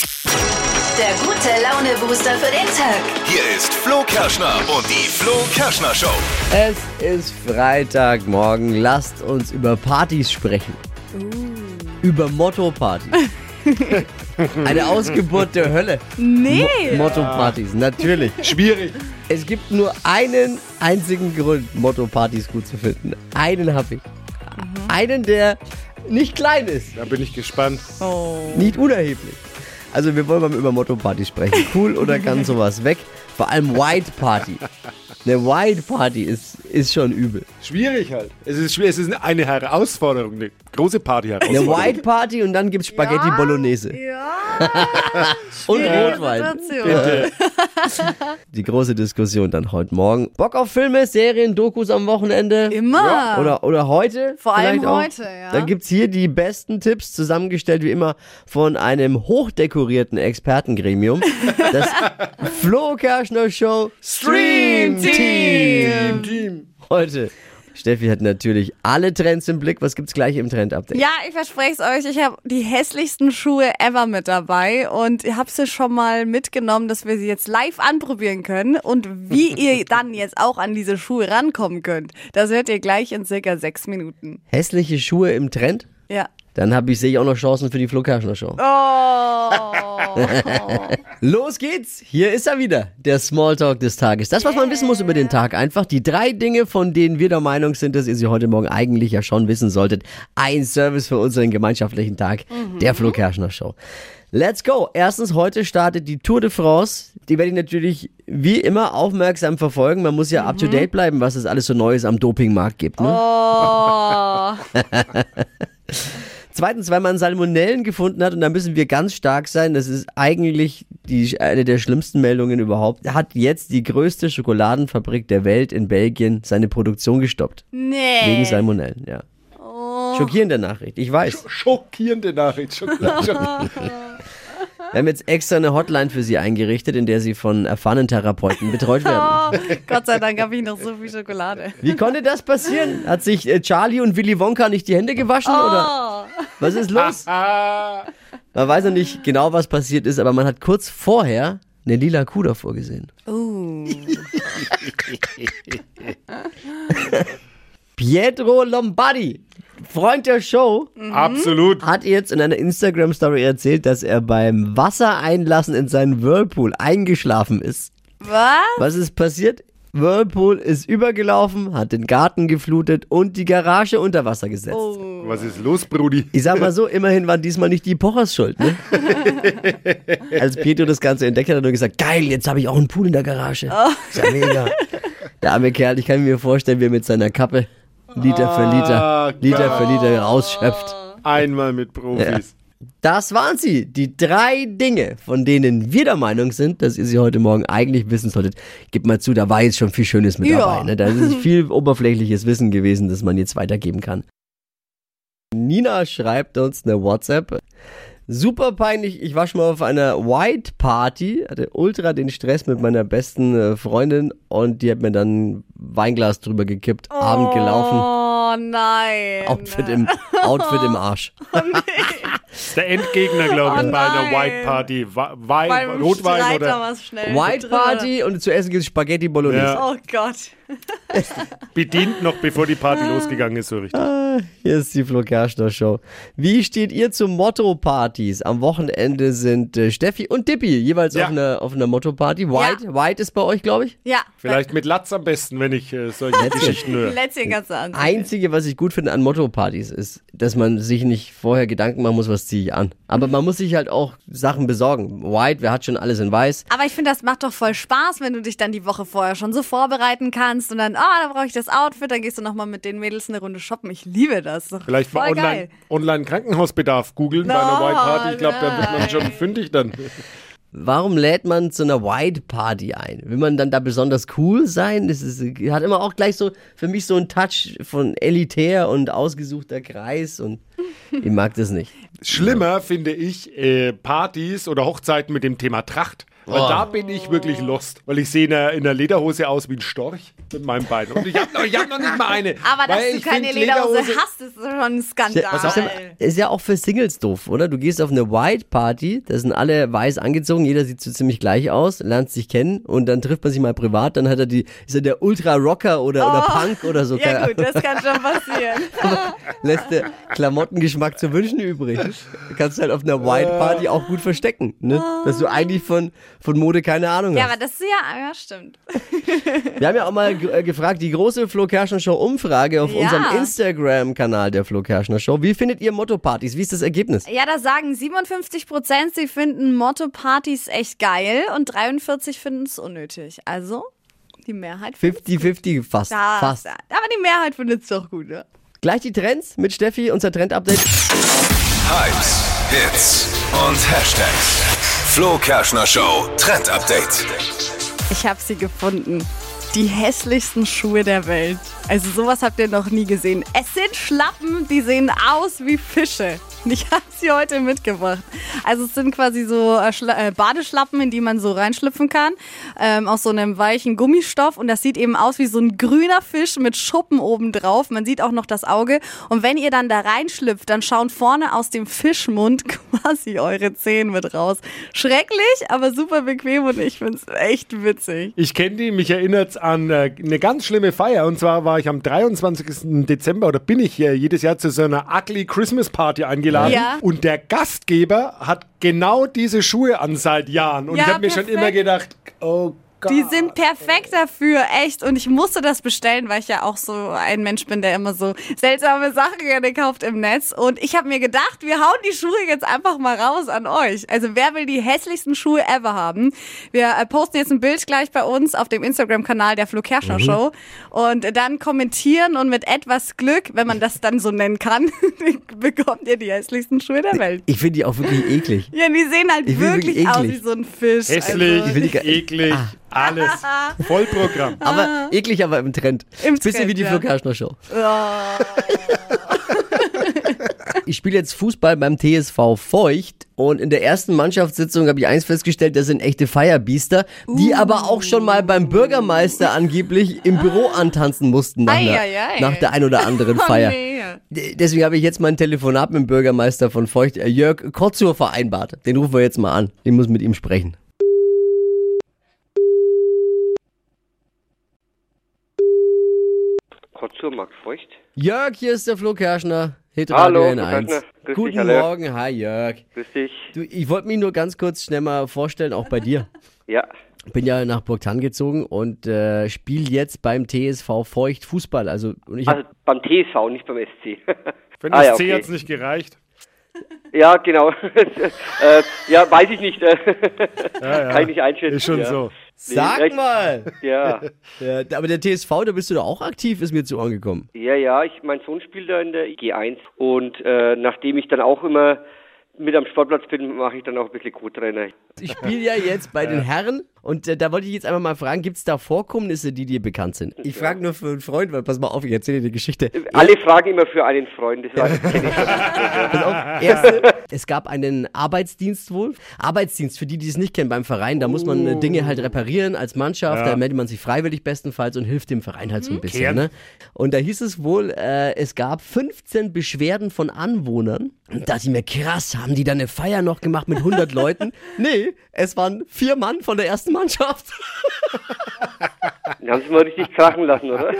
Der gute Laune-Booster für den Tag. Hier ist Flo Kerschner und die Flo Kerschner Show. Es ist Freitagmorgen. Lasst uns über Partys sprechen. Über Motto-Partys. Eine Ausgeburt der Hölle. Nee. Motto-Partys, natürlich. Schwierig. Es gibt nur einen einzigen Grund, Motto-Partys gut zu finden. Einen habe ich. Einen, der nicht klein ist. Da bin ich gespannt. Nicht unerheblich. Also wir wollen mal über Motto-Partys sprechen. Cool oder kann sowas weg? Vor allem White Party. Eine White Party ist schon übel. Schwierig halt. Es ist eine Herausforderung, eine große Eine Party-Herausforderung. White Party und dann gibt's Spaghetti Bolognese. Ja. Und Rotwein. Situation. Die große Diskussion dann heute Morgen. Bock auf Filme, Serien, Dokus am Wochenende? Immer. Oder heute? Vor allem vielleicht auch. heute, ja. Dann gibt's hier die besten Tipps, zusammengestellt wie immer von einem hochdekorierten Expertengremium. Das Flo Kerschner Show Stream Team. Heute. Steffi hat natürlich alle Trends im Blick. Was gibt's gleich im Trend-Update? Ja, ich verspreche es euch, ich habe die hässlichsten Schuhe ever mit dabei und ich habe sie schon mal mitgenommen, dass wir sie jetzt live anprobieren können und wie ihr dann jetzt auch an diese Schuhe rankommen könnt, das hört ihr gleich in circa 6 Minuten. Hässliche Schuhe im Trend? Ja. Dann sehe ich auch noch Chancen für die Flo Kerschner Show. Oh. Los geht's! Hier ist er wieder, der Smalltalk des Tages. Das, was man wissen muss über den Tag. Einfach die 3 Dinge, von denen wir der Meinung sind, dass ihr sie heute Morgen eigentlich ja schon wissen solltet. Ein Service für unseren gemeinschaftlichen Tag, der Flo Kerschner Show. Let's go! Erstens, heute startet die Tour de France. Die werde ich natürlich wie immer aufmerksam verfolgen. Man muss ja up to date bleiben, was es alles so Neues am Dopingmarkt gibt. Ne? Oh. Zweitens, weil man Salmonellen gefunden hat, und da müssen wir ganz stark sein, das ist eigentlich eine der schlimmsten Meldungen überhaupt, hat jetzt die größte Schokoladenfabrik der Welt in Belgien seine Produktion gestoppt. Nee. Wegen Salmonellen, ja. Schockierende Nachricht, ich weiß. Schockierende Nachricht. Wir haben jetzt extra eine Hotline für Sie eingerichtet, in der Sie von erfahrenen Therapeuten betreut werden. Oh, Gott sei Dank habe ich noch so viel Schokolade. Wie konnte das passieren? Hat sich Charlie und Willy Wonka nicht die Hände gewaschen, oder? Was ist los? Man weiß noch nicht genau, was passiert ist, aber man hat kurz vorher eine lila Kuh davor gesehen. Pietro Lombardi, Freund der Show, Absolut. hat jetzt in einer Instagram-Story erzählt, dass er beim Wassereinlassen in seinen Whirlpool eingeschlafen ist. Was? Was ist passiert? Whirlpool ist übergelaufen, hat den Garten geflutet und die Garage unter Wasser gesetzt. Was ist los, Brudi? Ich sag mal so, immerhin waren diesmal nicht die Pochers schuld, ne? Als Pietro das Ganze entdeckt hat, hat er nur gesagt, geil, jetzt habe ich auch einen Pool in der Garage. Ist ja mega. Der arme Kerl, ich kann mir vorstellen, wie er mit seiner Kappe Liter für Liter rausschöpft. Einmal mit Profis. Ja. Das waren sie, die 3 Dinge, von denen wir der Meinung sind, dass ihr sie heute Morgen eigentlich wissen solltet. Gebt mal zu, da war jetzt schon viel Schönes mit dabei. Ne? Da ist viel oberflächliches Wissen gewesen, das man jetzt weitergeben kann. Nina schreibt uns eine WhatsApp. Super peinlich, ich war schon mal auf einer White Party, hatte ultra den Stress mit meiner besten Freundin und die hat mir dann ein Weinglas drüber gekippt, Abend gelaufen. Oh nein. Outfit im Arsch. Das ist der Endgegner, glaube ich, Oh bei einer nein. White Party. Wein, Beim Rotwein Streit oder... da was schnell White drüber. Party und zu essen gibt es Spaghetti Bolognese. Ja. Oh Gott. Bedient noch, bevor die Party losgegangen ist, so richtig. Hier ist die Flo Kerschner Show. Wie steht ihr zu Motto-Partys? Am Wochenende sind Steffi und Dippi jeweils Ja. auf einer Motto-Party. White ist bei euch, glaube ich. Ja. Vielleicht mit Latz am besten, wenn ich solche Geschichten höre. Lätzchen kannst du anziehen. Einzige, was ich gut finde an Motto-Partys ist, dass man sich nicht vorher Gedanken machen muss, was ziehe ich an. Aber man muss sich halt auch Sachen besorgen. White, wer hat schon alles in weiß? Aber ich finde, das macht doch voll Spaß, wenn du dich dann die Woche vorher schon so vorbereiten kannst und dann, da brauche ich das Outfit, dann gehst du nochmal mit den Mädels eine Runde shoppen. Ich liebe das. Doch Vielleicht mal voll geil. online Krankenhausbedarf googeln bei einer White Party. Ich glaube, da wird man schon fündig dann. Warum lädt man zu einer White Party ein? Will man dann da besonders cool sein? Hat immer auch gleich so für mich so einen Touch von elitär und ausgesuchter Kreis und ich mag das nicht. Schlimmer finde ich Partys oder Hochzeiten mit dem Thema Tracht. Weil da bin ich wirklich lost. Weil ich sehe in der Lederhose aus wie ein Storch mit meinem Bein. Und ich hab noch nicht mal eine. Aber dass weil du ich keine find, Lederhose hast, ist schon ein Skandal. Ist ja auch für Singles doof, oder? Du gehst auf eine White Party, da sind alle weiß angezogen, jeder sieht so ziemlich gleich aus, lernt sich kennen und dann trifft man sich mal privat, dann ist er der Ultra-Rocker oder Punk oder so. Ja gut, das kann schon passieren. Lässt der Klamottengeschmack zu wünschen übrig. Du kannst halt auf einer White Party auch gut verstecken, ne? Dass du eigentlich von Mode keine Ahnung Ja, hast. aber das ist ja stimmt. Wir haben ja auch mal gefragt, die große Flo Kerschner Show Umfrage auf unserem Instagram-Kanal der Flo Kerschner Show. Wie findet ihr Motto-Partys? Wie ist das Ergebnis? Ja, da sagen 57%, sie finden Motto-Partys echt geil und 43% finden es unnötig. Also, die Mehrheit findet 50-50 fast. Fast. Aber die Mehrheit findet es doch gut, ne? Gleich die Trends mit Steffi, unser Trend-Update. Hypes, Hits und Hashtags. Flo Kerschner Show Trend Update. Ich habe sie gefunden. Die hässlichsten Schuhe der Welt. Also sowas habt ihr noch nie gesehen. Es sind Schlappen, die sehen aus wie Fische. Und ich habe sie heute mitgebracht. Also es sind quasi so Badeschlappen, in die man so reinschlüpfen kann. Aus so einem weichen Gummistoff. Und das sieht eben aus wie so ein grüner Fisch mit Schuppen oben drauf. Man sieht auch noch das Auge. Und wenn ihr dann da reinschlüpft, dann schauen vorne aus dem Fischmund quasi eure Zähne mit raus. Schrecklich, aber super bequem und ich find's echt witzig. Ich kenne die, mich erinnert's an eine ganz schlimme Feier. Und zwar war ich am 23. Dezember oder bin ich jedes Jahr zu so einer Ugly Christmas Party eingeladen. Ja. Und der Gastgeber hat genau diese Schuhe an seit Jahren. Und Ja, ich habe mir schon perfekt. immer gedacht, oh Gott. Die sind perfekt dafür, echt. Und ich musste das bestellen, weil ich ja auch so ein Mensch bin, der immer so seltsame Sachen gerne kauft im Netz. Und ich habe mir gedacht, wir hauen die Schuhe jetzt einfach mal raus an euch. Also wer will die hässlichsten Schuhe ever haben? Wir posten jetzt ein Bild gleich bei uns auf dem Instagram-Kanal der Flo Kerschner Show. Und dann kommentieren und mit etwas Glück, wenn man das dann so nennen kann, bekommt ihr die hässlichsten Schuhe der Welt. Ich finde die auch wirklich eklig. Ja, die sehen halt Ich find wirklich wirklich aus eklig. wie so ein Fisch. Hässlich, Also, eklig, alles. Vollprogramm. Aber eklig, aber im Trend. Im Bisschen Trend, wie die ja. Flo Kerschner Show. Ich spiele jetzt Fußball beim TSV Feucht und in der ersten Mannschaftssitzung habe ich eins festgestellt, das sind echte Feierbiester, die aber auch schon mal beim Bürgermeister angeblich im Büro antanzen mussten nach der ein oder anderen Feier. nee. Deswegen habe ich jetzt mal ein Telefonat mit dem Bürgermeister von Feucht, Jörg Kotzur, vereinbart. Den rufen wir jetzt mal an. Ich muss mit ihm sprechen. Kotzur, Max Feucht. Jörg, hier ist der Flo Kerschner, Hitradio Hallo, N1. Flo Kerschner. Grüß dich, Guten hallo. Morgen, hi Jörg. Grüß dich. Du, ich wollte mich nur ganz kurz schnell mal vorstellen, auch bei dir. Ja, Bin ja nach Burgthann gezogen und spiele jetzt beim TSV Feucht Fußball. Also, und ich also beim TSV, nicht beim SC. Wenn das ja, C okay. hat's nicht gereicht. Ja, genau. Ja, weiß ich nicht. Ja. Kann ich nicht einschätzen. Ist schon ja. so. Sag recht- mal! Ja, Ja, aber der TSV, da bist du doch auch aktiv, ist mir zu Ohren gekommen. ja. Mein Sohn spielt da in der G1 und nachdem ich dann auch immer mit am Sportplatz bin, mache ich dann auch ein bisschen Co-Trainer. Ich spiele ja jetzt bei den Herren und da wollte ich jetzt einfach mal fragen, gibt es da Vorkommnisse, die dir bekannt sind? Ich frage nur für einen Freund, weil pass mal auf, ich erzähle dir die Geschichte. Alle fragen immer für einen Freund, das kenne ich schon. Pass auf, erste, es gab einen Arbeitsdienst wohl. Arbeitsdienst, für die, die es nicht kennen, beim Verein, da muss man Dinge halt reparieren als Mannschaft, da meldet man sich freiwillig bestenfalls und hilft dem Verein halt so ein bisschen. Ne? Und da hieß es wohl, es gab 15 Beschwerden von Anwohnern. Und da dachte ich mir, krass, haben die da eine Feier noch gemacht mit 100 Leuten? Nee, es waren 4 Mann von der ersten Mannschaft. Den haben sie mal richtig krachen lassen, oder?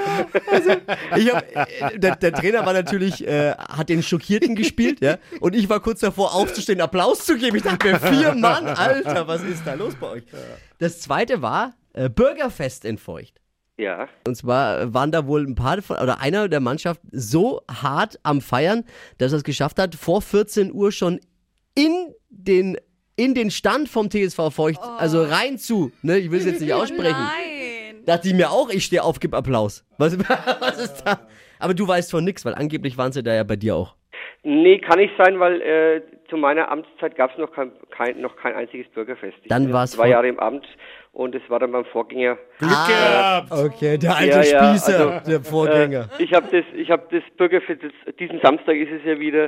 Der Trainer war natürlich, hat den Schockierten gespielt, ja, und ich war kurz davor aufzustehen, Applaus zu geben. Ich dachte mir, 4 Mann, Alter, was ist da los bei euch? Das zweite war Bürgerfest in Feucht. Ja. Und zwar waren da wohl ein paar oder einer der Mannschaft so hart am Feiern, dass er es geschafft hat, vor 14 Uhr schon in den Stand vom TSV Feucht, also rein zu, ne, ich will es jetzt nicht aussprechen. Nein. Dachte ich mir auch, ich stehe auf, gib Applaus. Was ist da? Aber du weißt von nix, weil angeblich waren sie da ja bei dir auch. Nee, kann nicht sein, weil zu meiner Amtszeit gab es noch kein einziges Bürgerfest. Ich Dann bin war's 2 Jahre im Amt und es war dann beim Vorgänger. Glück gehabt. Okay, der alte Ja, ja, Spießer, also, der Vorgänger. Ich habe das Bürgerfest, diesen Samstag ist es ja wieder,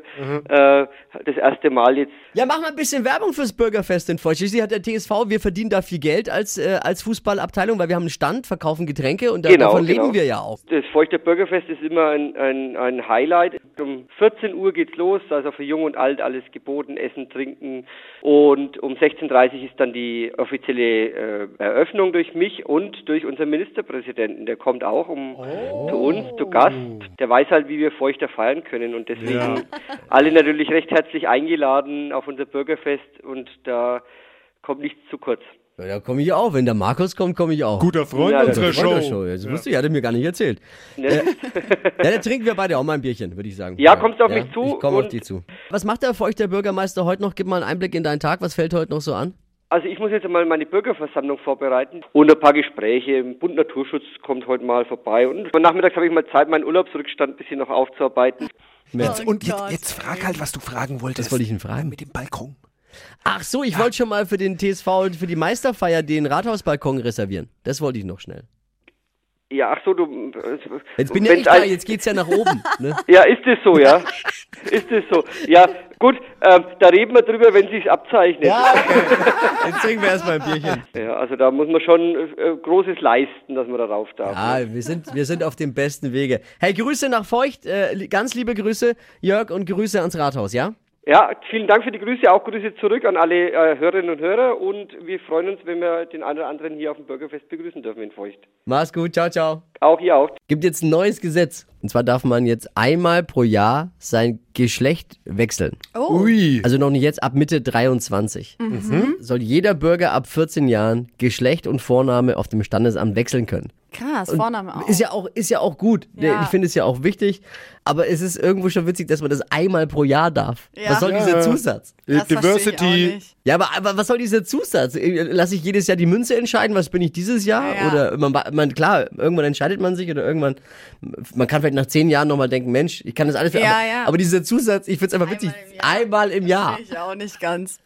das erste Mal jetzt. Ja, mach mal ein bisschen Werbung fürs Bürgerfest in Feucht. Schließlich hat der TSV, wir verdienen da viel Geld als Fußballabteilung, weil wir haben einen Stand, verkaufen Getränke und davon leben wir ja auch. Das Feuchter Bürgerfest ist immer ein Highlight. Um 14 Uhr geht's los, also für Jung und Alt alles geboten, Essen, Trinken. Und um 16:30 Uhr ist dann die offizielle Eröffnung durch mich und durch unseren Ministerpräsidenten. Der kommt auch zu uns, zu Gast. Der weiß halt, wie wir Feuchter feiern können und deswegen alle natürlich recht herzlich eingeladen auf unser Bürgerfest und da kommt nichts zu kurz. Ja, da komme ich auch. Wenn der Markus kommt, komme ich auch. Guter Freund Ja, unserer Freund der Show. Das wusste ich, hat er mir gar nicht erzählt. Ne? Ja, dann trinken wir beide auch mal ein Bierchen, würde ich sagen. Ja, kommst du auf mich zu? Ich komme auf und- dich zu. Was macht der Feuchter Bürgermeister heute noch? Gib mal einen Einblick in deinen Tag. Was fällt heute noch so an? Also ich muss jetzt mal meine Bürgerversammlung vorbereiten und ein paar Gespräche. Bund Naturschutz kommt heute mal vorbei und nachmittags habe ich mal Zeit, meinen Urlaubsrückstand ein bisschen noch aufzuarbeiten. Und Gott, jetzt frag halt, was du fragen wolltest. Was wollte ich denn fragen? Mit dem Balkon. Ach so, ich wollte schon mal für den TSV und für die Meisterfeier den Rathausbalkon reservieren. Das wollte ich noch schnell. Ja, ach so, du... Jetzt bin ja wenn's ich da, ein- jetzt geht's ja nach oben. Ne? Ja, ist es so, ja? Ist es so? Ja, gut, da reden wir drüber, wenn sich's abzeichnet. Ja, okay. Jetzt trinken wir erstmal ein Bierchen. Ja, also da muss man schon Großes leisten, dass man da rauf darf. Ja, wir sind auf dem besten Wege. Hey, Grüße nach Feucht, ganz liebe Grüße, Jörg, und Grüße ans Rathaus, ja? Ja, vielen Dank für die Grüße, auch Grüße zurück an alle Hörerinnen und Hörer und wir freuen uns, wenn wir den einen oder anderen hier auf dem Bürgerfest begrüßen dürfen in Feucht. Mach's gut, ciao, ciao. Auch ihr auch. Gibt jetzt ein neues Gesetz. Und zwar darf man jetzt einmal pro Jahr sein Geschlecht wechseln. Ui. Also noch nicht jetzt, ab Mitte 23. Soll jeder Bürger ab 14 Jahren Geschlecht und Vorname auf dem Standesamt wechseln können. Krass, Und Vorname auch. Ist ja auch gut. Ja. Ich finde es ja auch wichtig. Aber es ist irgendwo schon witzig, dass man das einmal pro Jahr darf. Ja. Was soll dieser Zusatz? Das verstehe ich auch Diversity. nicht. Ja, aber was soll dieser Zusatz? Lasse ich jedes Jahr die Münze entscheiden? Was bin ich dieses Jahr? Ja. Oder klar, irgendwann entscheidet man sich oder irgendwann, man kann vielleicht nach 10 Jahren nochmal denken, Mensch, ich kann das alles. Ja, aber, ja. aber dieser Zusatz, ich finde es einfach witzig. Einmal im Jahr. Verstehe ich auch nicht ganz.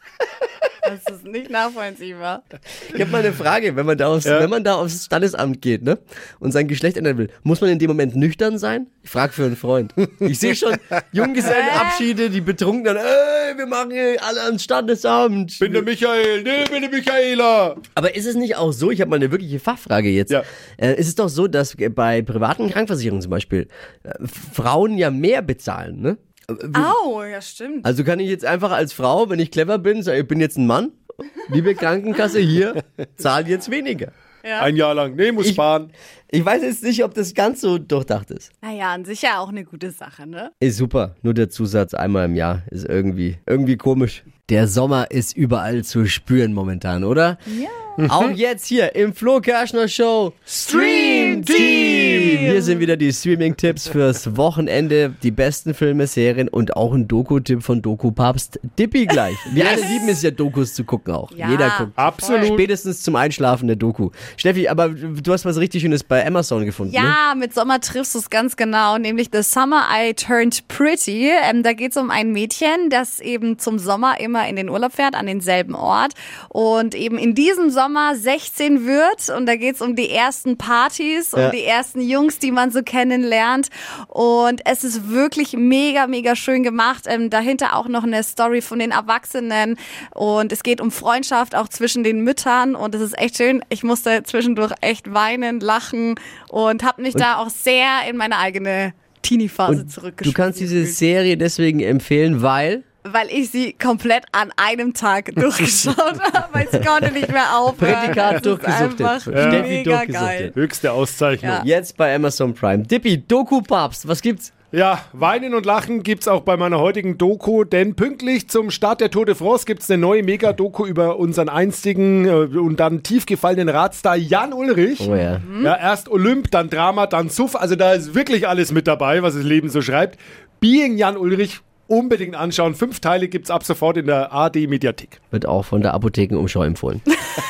Das ist nicht nachvollziehbar. Ich habe mal eine Frage, wenn man da aufs Standesamt geht, ne, und sein Geschlecht ändern will, muss man in dem Moment nüchtern sein? Ich frage für einen Freund. Ich sehe schon Junggesellenabschiede, die Betrunkenen, wir machen hier alle ans Standesamt. Bin der Michael. Nee, bin der Michaela. Aber ist es nicht auch so, ich habe mal eine wirkliche Fachfrage jetzt, Ja. Ist es doch so, dass bei privaten Krankenversicherungen zum Beispiel Frauen ja mehr bezahlen, ne? Au, ja stimmt. Also kann ich jetzt einfach als Frau, wenn ich clever bin, sagen, ich bin jetzt ein Mann, liebe Krankenkasse hier, zahl jetzt weniger. Ja. Ein Jahr lang. Nee, muss sparen. Ich weiß jetzt nicht, ob das ganz so durchdacht ist. Naja, an sich ja auch eine gute Sache, ne? Ist super, nur der Zusatz einmal im Jahr ist irgendwie komisch. Der Sommer ist überall zu spüren momentan, oder? Ja. Auch jetzt hier im Flo Kerschner Show Stream Team. Hier sind wieder die Streaming-Tipps fürs Wochenende, die besten Filme, Serien und auch ein Doku-Tipp von Doku-Papst Dippi gleich. Wir alle lieben es ja, Dokus zu gucken auch. Ja, Jeder guckt. Absolut. Spätestens zum Einschlafen eine Doku. Steffi, aber du hast was richtig Schönes bei Amazon gefunden, ne? Ja, mit Sommer triffst du es ganz genau, nämlich The Summer I Turned Pretty. Da geht es um ein Mädchen, das eben zum Sommer immer in den Urlaub fährt, an denselben Ort und eben in diesem Sommer 16 wird und da geht es um die ersten Partys, um die ersten Jungs, die man so kennenlernt und es ist wirklich mega, mega schön gemacht. Dahinter auch noch eine Story von den Erwachsenen und es geht um Freundschaft auch zwischen den Müttern und es ist echt schön. Ich musste zwischendurch echt weinen, lachen und habe mich da auch sehr in meine eigene Teenie-Phase Und zurückgeschrieben. du kannst diese Serie deswegen empfehlen, weil ich sie komplett an einem Tag durchgeschaut habe, weil ich konnte nicht mehr aufhören. Prädikat Es ist durchgesuchtet. einfach Steffi mega durchgesuchtet. geil. Höchste Auszeichnung. Ja. jetzt bei Amazon Prime. Dippi, Doku-Papst, was gibt's? Ja, Weinen und Lachen gibt's auch bei meiner heutigen Doku, denn pünktlich zum Start der Tour de France gibt's eine neue Mega-Doku über unseren einstigen und dann tief gefallenen Radstar Jan Ullrich. Oh ja. Ja, erst Olymp, dann Drama, dann Suff, also da ist wirklich alles mit dabei, was das Leben so schreibt. Being Jan Ullrich unbedingt anschauen. 5 Teile gibt's ab sofort in der ARD-Mediathek. Wird auch von der Apothekenumschau empfohlen.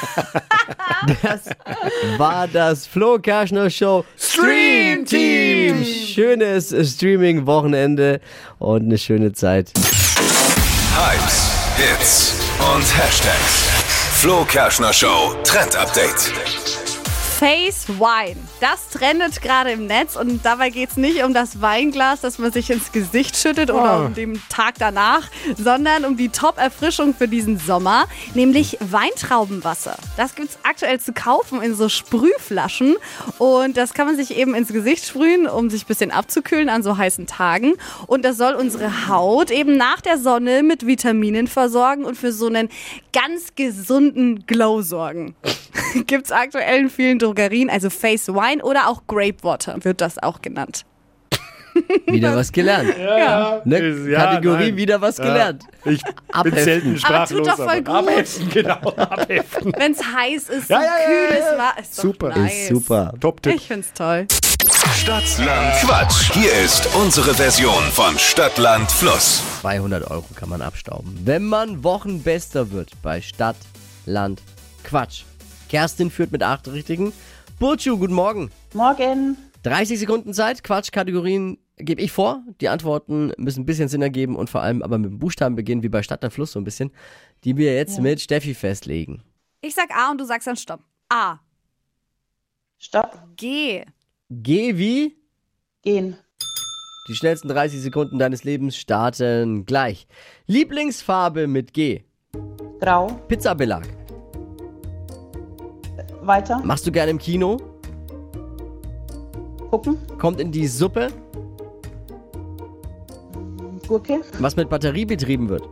Das war das Flo Kerschner Show Stream Team. Schönes Streaming-Wochenende und eine schöne Zeit. Hypes, Hits und Hashtags. Flo Kerschner Show Trend Update. Face Wine. Das trendet gerade im Netz und dabei geht es nicht um das Weinglas, das man sich ins Gesicht schüttet oder um den Tag danach, sondern um die Top-Erfrischung für diesen Sommer, nämlich Weintraubenwasser. Das gibt es aktuell zu kaufen in so Sprühflaschen und das kann man sich eben ins Gesicht sprühen, um sich ein bisschen abzukühlen an so heißen Tagen. Und das soll unsere Haut eben nach der Sonne mit Vitaminen versorgen und für so einen ganz gesunden Glow sorgen. Gibt es aktuell in vielen Drogerien, also Face Wine oder auch Grape Water wird das auch genannt. Wieder was gelernt. Ja. Kategorie nein. wieder was gelernt. Ich bin selten Aber sprachlos. tut doch voll gut. Abheften, genau. Abheften. Wenn es heiß ist, Ja, so ja, ja, kühles ja. Wasser, ist doch Super. nice. Ist super. Top-Tipp. Ich find's toll. Stadtland Quatsch. Hier ist unsere Version von Stadtland Fluss. 200 € kann man abstauben, wenn man Wochenbester wird bei Stadt, Land, Quatsch. Kerstin führt mit 8 Richtigen. Burcu, guten Morgen. Morgen. 30 Sekunden Zeit, Quatschkategorien gebe ich vor. Die Antworten müssen ein bisschen Sinn ergeben und vor allem aber mit dem Buchstaben beginnen, wie bei Stadt, Land, Fluss so ein bisschen, die wir jetzt mit Steffi festlegen. Ich sag A und du sagst dann Stopp. A. Stopp. G. G wie? Gehen. Die schnellsten 30 Sekunden deines Lebens starten gleich. Lieblingsfarbe mit G. Grau. Pizzabelag. Weiter. Machst du gerne im Kino? Gucken. Kommt in die Suppe, Gurke. was mit Batterie betrieben wird.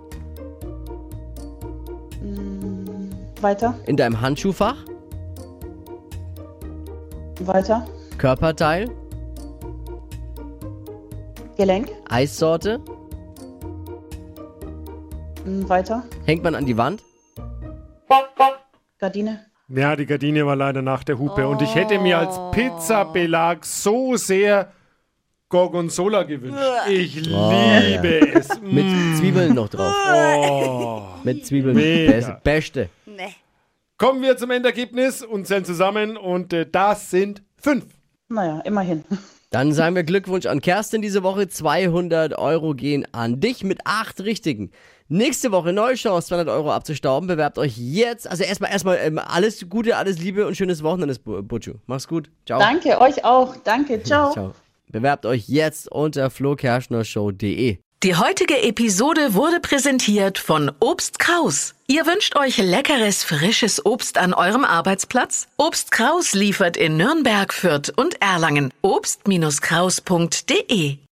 Weiter. In deinem Handschuhfach, Weiter. Körperteil, Gelenk. Eissorte, Weiter. hängt man an die Wand. Gardine. Ja, die Gardine war leider nach der Hupe. Und ich hätte mir als Pizzabelag so sehr Gorgonzola gewünscht. Ich liebe es. Mit Zwiebeln noch drauf. Mit Zwiebeln. Mega. Beste. Nee. Kommen wir zum Endergebnis und zählen zusammen. Und das sind 5. Naja, immerhin. Dann sagen wir Glückwunsch an Kerstin diese Woche. 200 € gehen an dich mit 8 Richtigen. Nächste Woche neue Chance, 200 € abzustauben. Bewerbt euch jetzt. Also erstmal alles Gute, alles Liebe und schönes Wochenende, Burcu. Mach's gut. Ciao. Danke, euch auch. Danke. Ciao. Ciao. Bewerbt euch jetzt unter flokerschnershow.de. Die heutige Episode wurde präsentiert von Obst Kraus. Ihr wünscht euch leckeres, frisches Obst an eurem Arbeitsplatz? Obst Kraus liefert in Nürnberg, Fürth und Erlangen. Obst-Kraus.de